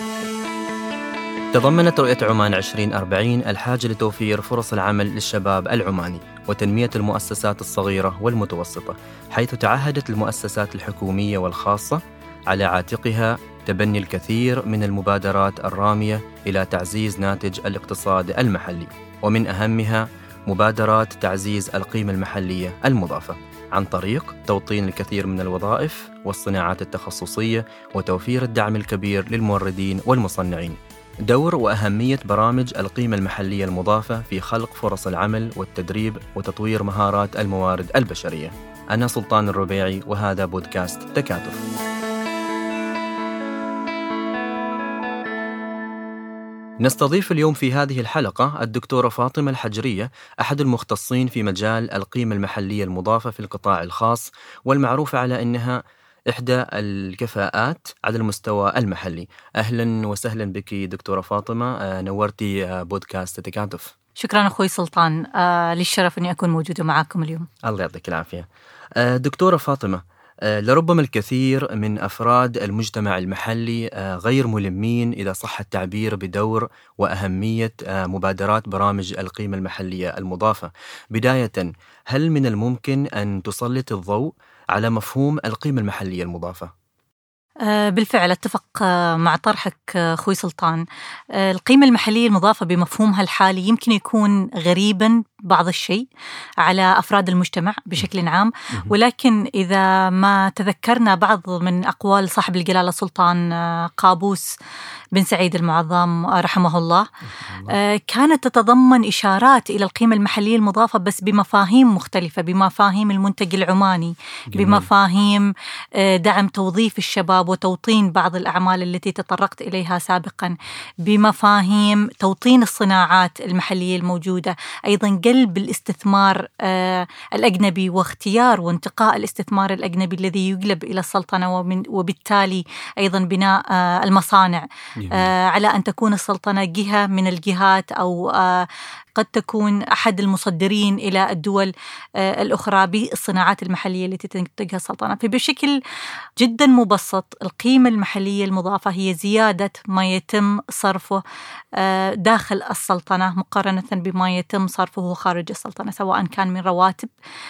تضمنت رؤية عمان 2040 الحاجة لتوفير فرص العمل للشباب العماني وتنمية المؤسسات الصغيرة والمتوسطة، حيث تعهدت المؤسسات الحكومية والخاصة على عاتقها تبني الكثير من المبادرات الرامية إلى تعزيز ناتج الاقتصاد المحلي، ومن أهمها مبادرات تعزيز القيمة المحلية المضافة عن طريق توطين الكثير من الوظائف والصناعات التخصصية وتوفير الدعم الكبير للموردين والمصنعين. دور وأهمية برامج القيمة المحلية المضافة في خلق فرص العمل والتدريب وتطوير مهارات الموارد البشرية. أنا سلطان الربيعي، وهذا بودكاست تكاتف. نستضيف اليوم في هذه الحلقة الدكتورة فاطمة الحجرية، أحد المختصين في مجال القيمة المحلية المضافة في القطاع الخاص، والمعروفة على أنها إحدى الكفاءات على المستوى المحلي. أهلا وسهلا بك دكتورة فاطمة، نورتي بودكاست تكاتف. شكرا أخوي سلطان، للشرف أني أكون موجودة معكم اليوم. الله يعطيك العافية. دكتورة فاطمة، لربما الكثير من أفراد المجتمع المحلي غير ملمين إذا صح التعبير بدور وأهمية مبادرات برامج القيمة المحلية المضافة. بداية، هل من الممكن أن تسلط الضوء على مفهوم القيمة المحلية المضافة؟ بالفعل أتفق مع طرحك أخوي سلطان. القيمة المحلية المضافة بمفهومها الحالي يمكن يكون غريبا بعض الشيء على أفراد المجتمع بشكل عام، ولكن إذا ما تذكرنا بعض من أقوال صاحب الجلالة السلطان قابوس بن سعيد المعظم رحمه الله، كانت تتضمن إشارات إلى القيمة المحلية المضافة بس بمفاهيم مختلفة، بمفاهيم المنتج العماني، بمفاهيم دعم توظيف الشباب وتوطين بعض الأعمال التي تطرقت إليها سابقا، بمفاهيم توطين الصناعات المحلية الموجودة، أيضا قلب الاستثمار الأجنبي واختيار وانتقاء الاستثمار الأجنبي الذي يجلب إلى السلطنة، وبالتالي أيضا بناء المصانع على أن تكون السلطنة جهة من الجهات أو قد تكون أحد المصدرين إلى الدول الأخرى بالصناعات المحلية التي تنتجها السلطنة. فبشكل جدا مبسط، القيمة المحلية المضافة هي زيادة ما يتم صرفه داخل السلطنة مقارنة بما يتم صرفه خارج السلطنة، سواء كان من رواتب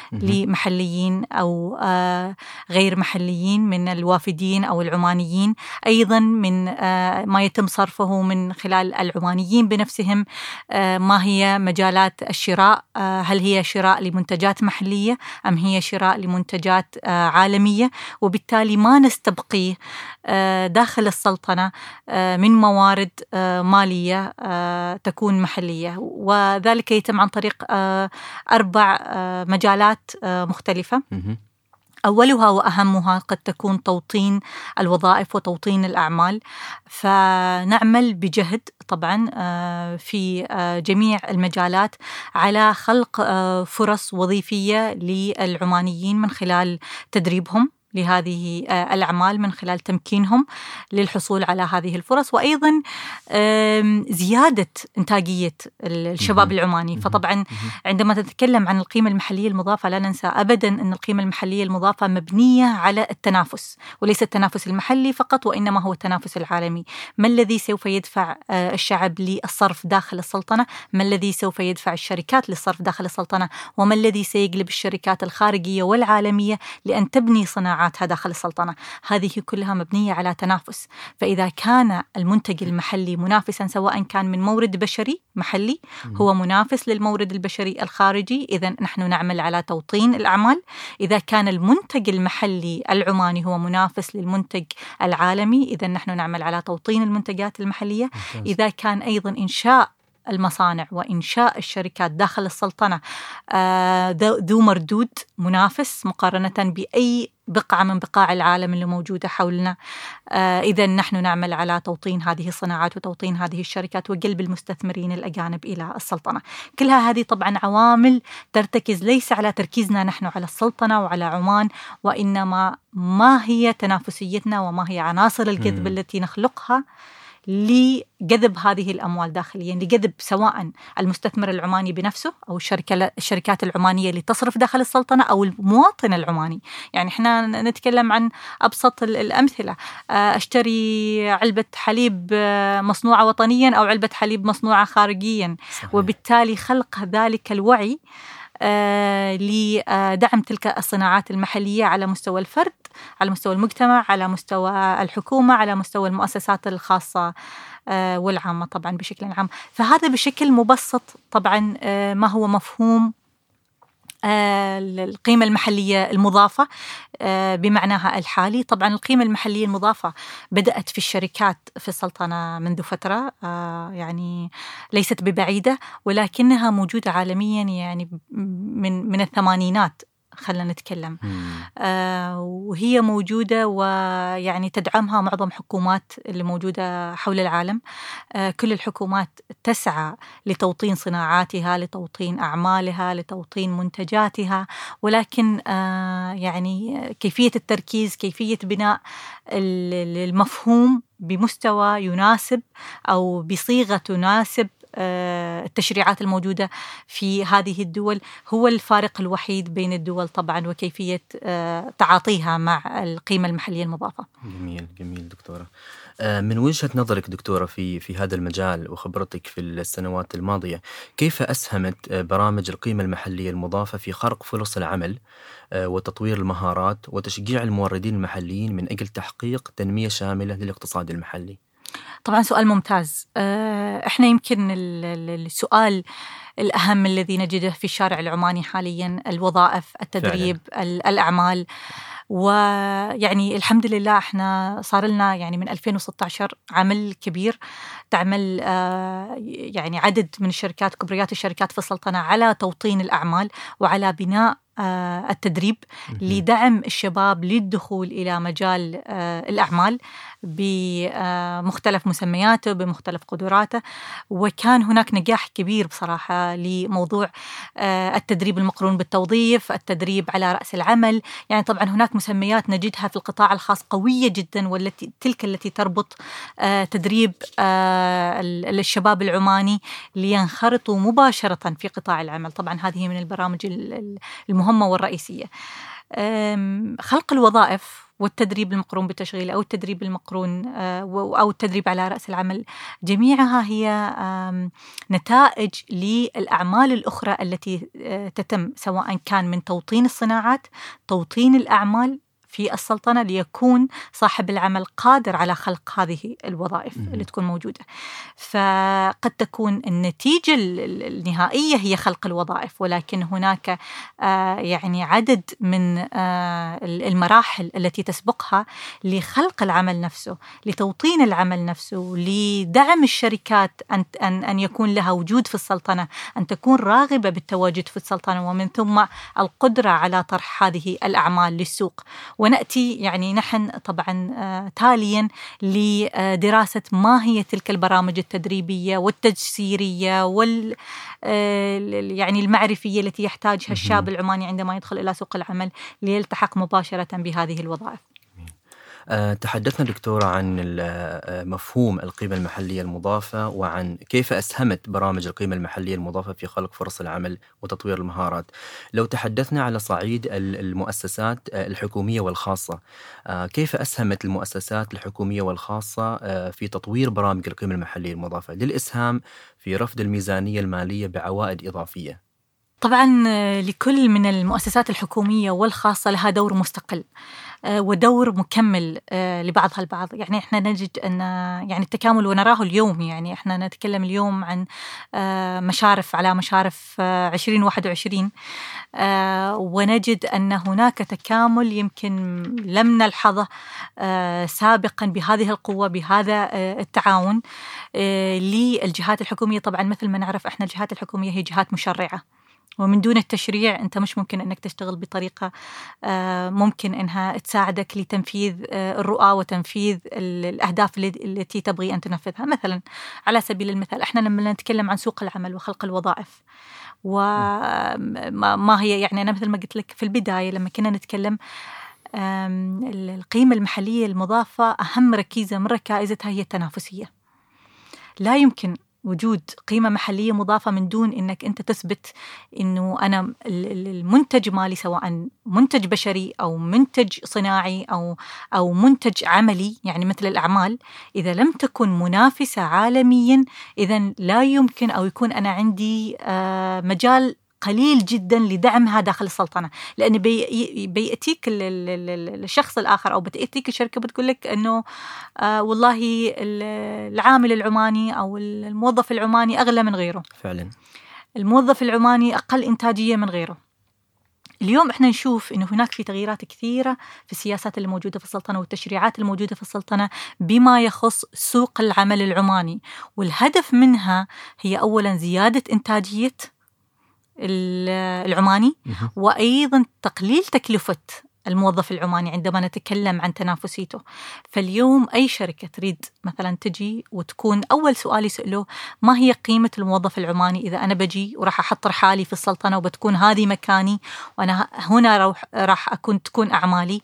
لمحليين أو غير محليين من الوافدين أو العمانيين، أيضا من ما يتم صرفه من خلال العمانيين بنفسهم. ما هي مجالات الشراء؟ هل هي شراء لمنتجات محلية أم هي شراء لمنتجات عالمية؟ وبالتالي ما نستبقيه داخل السلطنة من موارد مالية تكون محلية، وذلك يتم عن طريق 4 مجالات مختلفة. أولها وأهمها قد تكون توطين الوظائف وتوطين الأعمال، فنعمل بجهد طبعا في جميع المجالات على خلق فرص وظيفية للعمانيين من خلال تدريبهم لهذه الأعمال، من خلال تمكينهم للحصول على هذه الفرص، وأيضا زيادة إنتاجية الشباب العماني. فطبعا عندما تتكلم عن القيمة المحلية المضافة لا ننسى أبدا أن القيمة المحلية المضافة مبنية على التنافس، وليس التنافس المحلي فقط وإنما هو التنافس العالمي. ما الذي سوف يدفع الشعب للصرف داخل السلطنة؟ ما الذي سوف يدفع الشركات للصرف داخل السلطنة؟ وما الذي سيجلب الشركات الخارجية والعالمية لأن تبني صناعاتها داخل السلطنة؟ هذه كلها مبنية على تنافس. فإذا كان المنتج المحلي منافسا، سواء كان من مورد بشري محلي هو منافس للمورد البشري الخارجي، إذن نحن نعمل على توطين الأعمال. إذا كان المنتج المحلي العماني هو منافس للمنتج العالمي، إذن نحن نعمل على توطين المنتجات المحلية. إذا كان أيضا إنشاء المصانع وإنشاء الشركات داخل السلطنة ذو مردود منافس مقارنة بأي بقعة من بقاع العالم اللي موجودة حولنا، إذن نحن نعمل على توطين هذه الصناعات وتوطين هذه الشركات وقلب المستثمرين الأجانب إلى السلطنة. كلها هذه طبعا عوامل ترتكز ليس على تركيزنا نحن على السلطنة وعلى عمان، وإنما ما هي تنافسيتنا وما هي عناصر الجذب التي نخلقها لجذب هذه الأموال داخليا، لجذب سواء المستثمر العماني بنفسه أو الشركات العمانية اللي تصرف داخل السلطنة أو المواطن العماني. يعني إحنا نتكلم عن أبسط الأمثلة، أشتري علبة حليب مصنوعة وطنيا أو علبة حليب مصنوعة خارجيا. صحيح. وبالتالي خلق ذلك الوعي لدعم تلك الصناعات المحلية على مستوى الفرد، على مستوى المجتمع، على مستوى الحكومة، على مستوى المؤسسات الخاصة والعامة طبعا بشكل عام. فهذا بشكل مبسط طبعا ما هو مفهوم القيمة المحلية المضافة بمعناها الحالي. طبعا القيمة المحلية المضافة بدأت في الشركات في السلطنة منذ فترة يعني ليست ببعيدة، ولكنها موجودة عالميا يعني من الثمانينات خلنا نتكلم. وهي موجودة ويعني تدعمها معظم حكومات اللي موجودة حول العالم. كل الحكومات تسعى لتوطين صناعاتها، لتوطين أعمالها، لتوطين منتجاتها، ولكن يعني كيفية التركيز، كيفية بناء المفهوم بمستوى يناسب أو بصيغة تناسب التشريعات الموجودة في هذه الدول هو الفارق الوحيد بين الدول طبعا، وكيفية تعاطيها مع القيمة المحلية المضافة. جميل دكتورة. من وجهة نظرك دكتورة في هذا المجال وخبرتك في السنوات الماضية، كيف أسهمت برامج القيمة المحلية المضافة في خلق فرص العمل وتطوير المهارات وتشجيع الموردين المحليين من أجل تحقيق تنمية شاملة للاقتصاد المحلي؟ طبعا سؤال ممتاز. احنا يمكن السؤال الأهم الذي نجده في الشارع العماني حاليا الوظائف، التدريب، الأعمال. ويعني الحمد لله احنا صار لنا يعني من 2016 عمل كبير تعمل يعني عدد من الشركات، كبريات الشركات في السلطنة على توطين الأعمال وعلى بناء التدريب لدعم الشباب للدخول إلى مجال الأعمال بمختلف مسمياته بمختلف قدراته. وكان هناك نجاح كبير بصراحة لموضوع التدريب المقرون بالتوظيف، التدريب على رأس العمل. يعني طبعا هناك مسميات نجدها في القطاع الخاص قوية جدا، والتي تلك التي تربط تدريب الشباب العماني لينخرطوا مباشرة في قطاع العمل. طبعا هذه من البرامج المهمة والرئيسية. خلق الوظائف والتدريب المقرون بالتشغيل أو التدريب المقرون أو التدريب على رأس العمل، جميعها هي نتائج للأعمال الأخرى التي تتم، سواء كان من توطين الصناعات، توطين الأعمال في السلطنة، ليكون صاحب العمل قادر على خلق هذه الوظائف اللي تكون موجودة. فقد تكون النتيجة النهائية هي خلق الوظائف، ولكن هناك يعني عدد من المراحل التي تسبقها لخلق العمل نفسه، لتوطين العمل نفسه، لدعم الشركات أن يكون لها وجود في السلطنة، أن تكون راغبة بالتواجد في السلطنة، ومن ثم القدرة على طرح هذه الأعمال للسوق. ونأتي يعني نحن طبعا تاليا لدراسة ما هي تلك البرامج التدريبية والتجسيرية يعني المعرفية التي يحتاجها الشاب العماني عندما يدخل إلى سوق العمل ليلتحق مباشرة بهذه الوظائف. تحدثنا دكتورة عن مفهوم القيمة المحلية المضافة وعن كيف أسهمت برامج القيمة المحلية المضافة في خلق فرص العمل وتطوير المهارات. لو تحدثنا على صعيد المؤسسات الحكومية والخاصة، كيف أسهمت المؤسسات الحكومية والخاصة في تطوير برامج القيمة المحلية المضافة للإسهام في رفض الميزانية المالية بعوائد إضافية؟ طبعا لكل من المؤسسات الحكومية والخاصة لها دور مستقل ودور مكمل لبعضها البعض. يعني احنا نجد أن يعني التكامل ونراه اليوم، يعني احنا نتكلم اليوم عن مشارف على مشارف 2021، ونجد أن هناك تكامل يمكن لم نلحظه سابقا بهذه القوة، بهذا التعاون للجهات الحكومية. طبعا مثل ما نعرف احنا الجهات الحكومية هي جهات مشرعة، ومن دون التشريع أنت مش ممكن أنك تشتغل بطريقة ممكن أنها تساعدك لتنفيذ الرؤى وتنفيذ الأهداف التي تبغي أن تنفذها. مثلا على سبيل المثال احنا لما نتكلم عن سوق العمل وخلق الوظائف وما هي، يعني أنا مثل ما قلت لك في البداية لما كنا نتكلم القيمة المحلية المضافة أهم ركيزة من ركائزتها هي التنافسية. لا يمكن وجود قيمة محلية مضافة من دون إنك أنت تثبت إنه أنا المنتج مالي، سواء منتج بشري أو منتج صناعي أو منتج عملي، يعني مثل الأعمال، إذا لم تكن منافسة عالميا إذن لا يمكن أو يكون أنا عندي مجال قليل جدا لدعمها داخل السلطنة. لأن بيأتيك الشخص الآخر أو بتأتيك الشركة بتقول لك أنه والله العامل العماني أو الموظف العماني أغلى من غيره، فعلا الموظف العماني أقل إنتاجية من غيره. اليوم إحنا نشوف إنه هناك في تغييرات كثيرة في السياسات الموجودة في السلطنة والتشريعات الموجودة في السلطنة بما يخص سوق العمل العماني، والهدف منها هي أولا زيادة إنتاجية العماني، وأيضا تقليل تكلفة الموظف العماني عندما نتكلم عن تنافسيته. فاليوم أي شركة تريد مثلا تجي وتكون أول سؤال يسألوه ما هي قيمة الموظف العماني إذا أنا بجي وراح أحط رحالي في السلطنة وبتكون هذه مكاني وأنا هنا راح تكون أعمالي،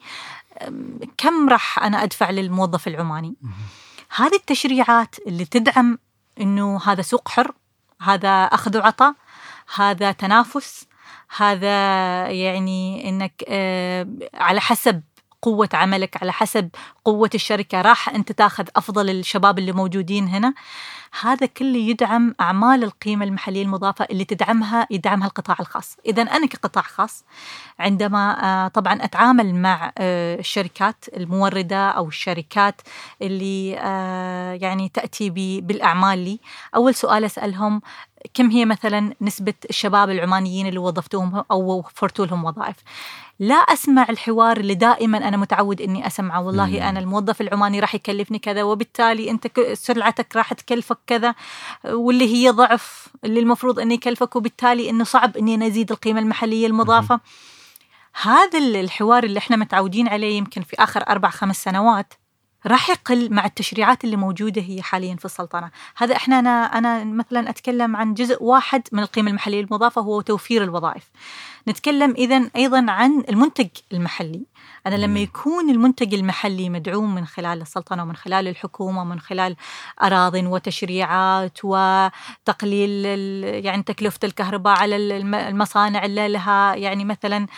كم راح أنا أدفع للموظف العماني؟ هذه التشريعات اللي تدعم إنه هذا سوق حر، هذا أخذ وعطاء، هذا تنافس، هذا يعني إنك على حسب قوة عملك، على حسب قوة الشركة راح أنت تاخذ أفضل الشباب اللي موجودين هنا. هذا كله يدعم أعمال القيمة المحلية المضافة اللي يدعمها القطاع الخاص. إذا أنا كقطاع خاص عندما طبعا أتعامل مع الشركات الموردة أو الشركات اللي يعني تأتي بالأعمال لي، أول سؤال أسألهم كم هي مثلا نسبة الشباب العمانيين اللي وظفتوهم أو وفرتوا لهم وظائف. لا أسمع الحوار اللي دائما أنا متعود إني أسمعه، والله أنا الموظف العماني راح يكلفني كذا وبالتالي أنت سلعتك راح تكلفك كذا، واللي هي ضعف اللي المفروض أني يكلفك، وبالتالي إنه صعب إني نزيد القيمة المحلية المضافة. هذا الحوار اللي احنا متعودين عليه يمكن في آخر 4-5 سنوات راح يقل مع التشريعات اللي موجودة هي حاليا في السلطنة. هذا أنا مثلا أتكلم عن جزء واحد من القيمة المحلية المضافة هو توفير الوظائف. نتكلم إذن أيضا عن المنتج المحلي. أنا لما يكون المنتج المحلي مدعوم من خلال السلطنة ومن خلال الحكومة ومن خلال أراضٍ وتشريعات وتقليل يعني تكلفة الكهرباء على المصانع اللي لها يعني مثلا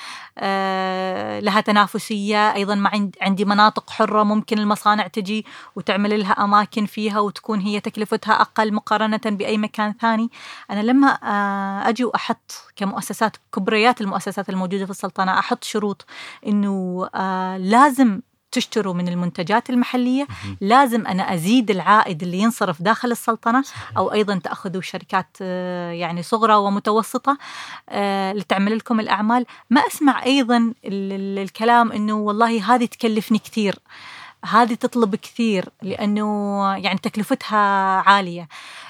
لها تنافسية، أيضا ما عندي مناطق حرة ممكن المصانع تجي وتعمل لها أماكن فيها وتكون هي تكلفتها أقل مقارنة بأي مكان ثاني. أنا لما أجي وأحط كمؤسسات كبريات المؤسسات الموجودة في السلطنة أحط شروط إنه لازم تشتروا من المنتجات المحلية، لازم أنا أزيد العائد اللي ينصرف داخل السلطنة، أو أيضا تأخذوا شركات يعني صغرى ومتوسطة لتعمل لكم الأعمال. ما أسمع أيضا الكلام إنه والله هذه تكلفني كثير، هذه تطلب كثير لأنه يعني تكلفتها عالية.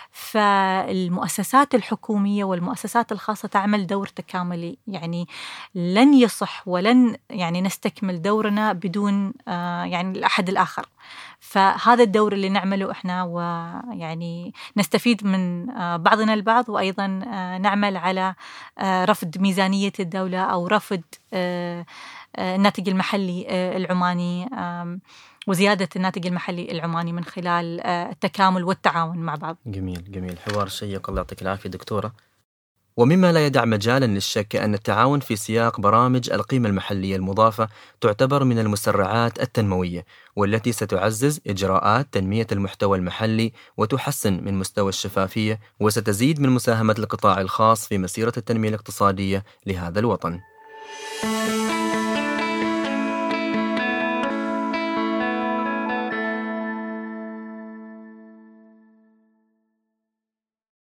فالمؤسسات الحكومية والمؤسسات الخاصة تعمل دور تكاملي، يعني لن يصح ولن يعني نستكمل دورنا بدون يعني الأحد الآخر. فهذا الدور اللي نعمله إحنا، ويعني نستفيد من بعضنا البعض، وأيضا نعمل على رفض ميزانية الدولة أو رفض الناتج المحلي العماني وزيادة الناتج المحلي العماني من خلال التكامل والتعاون مع بعض. جميل حوار شيق، الله يعطيك العافية دكتورة. ومما لا يدع مجالا للشك أن التعاون في سياق برامج القيمة المحلية المضافة تعتبر من المسرعات التنموية، والتي ستعزز إجراءات تنمية المحتوى المحلي وتحسن من مستوى الشفافية، وستزيد من مساهمة القطاع الخاص في مسيرة التنمية الاقتصادية لهذا الوطن.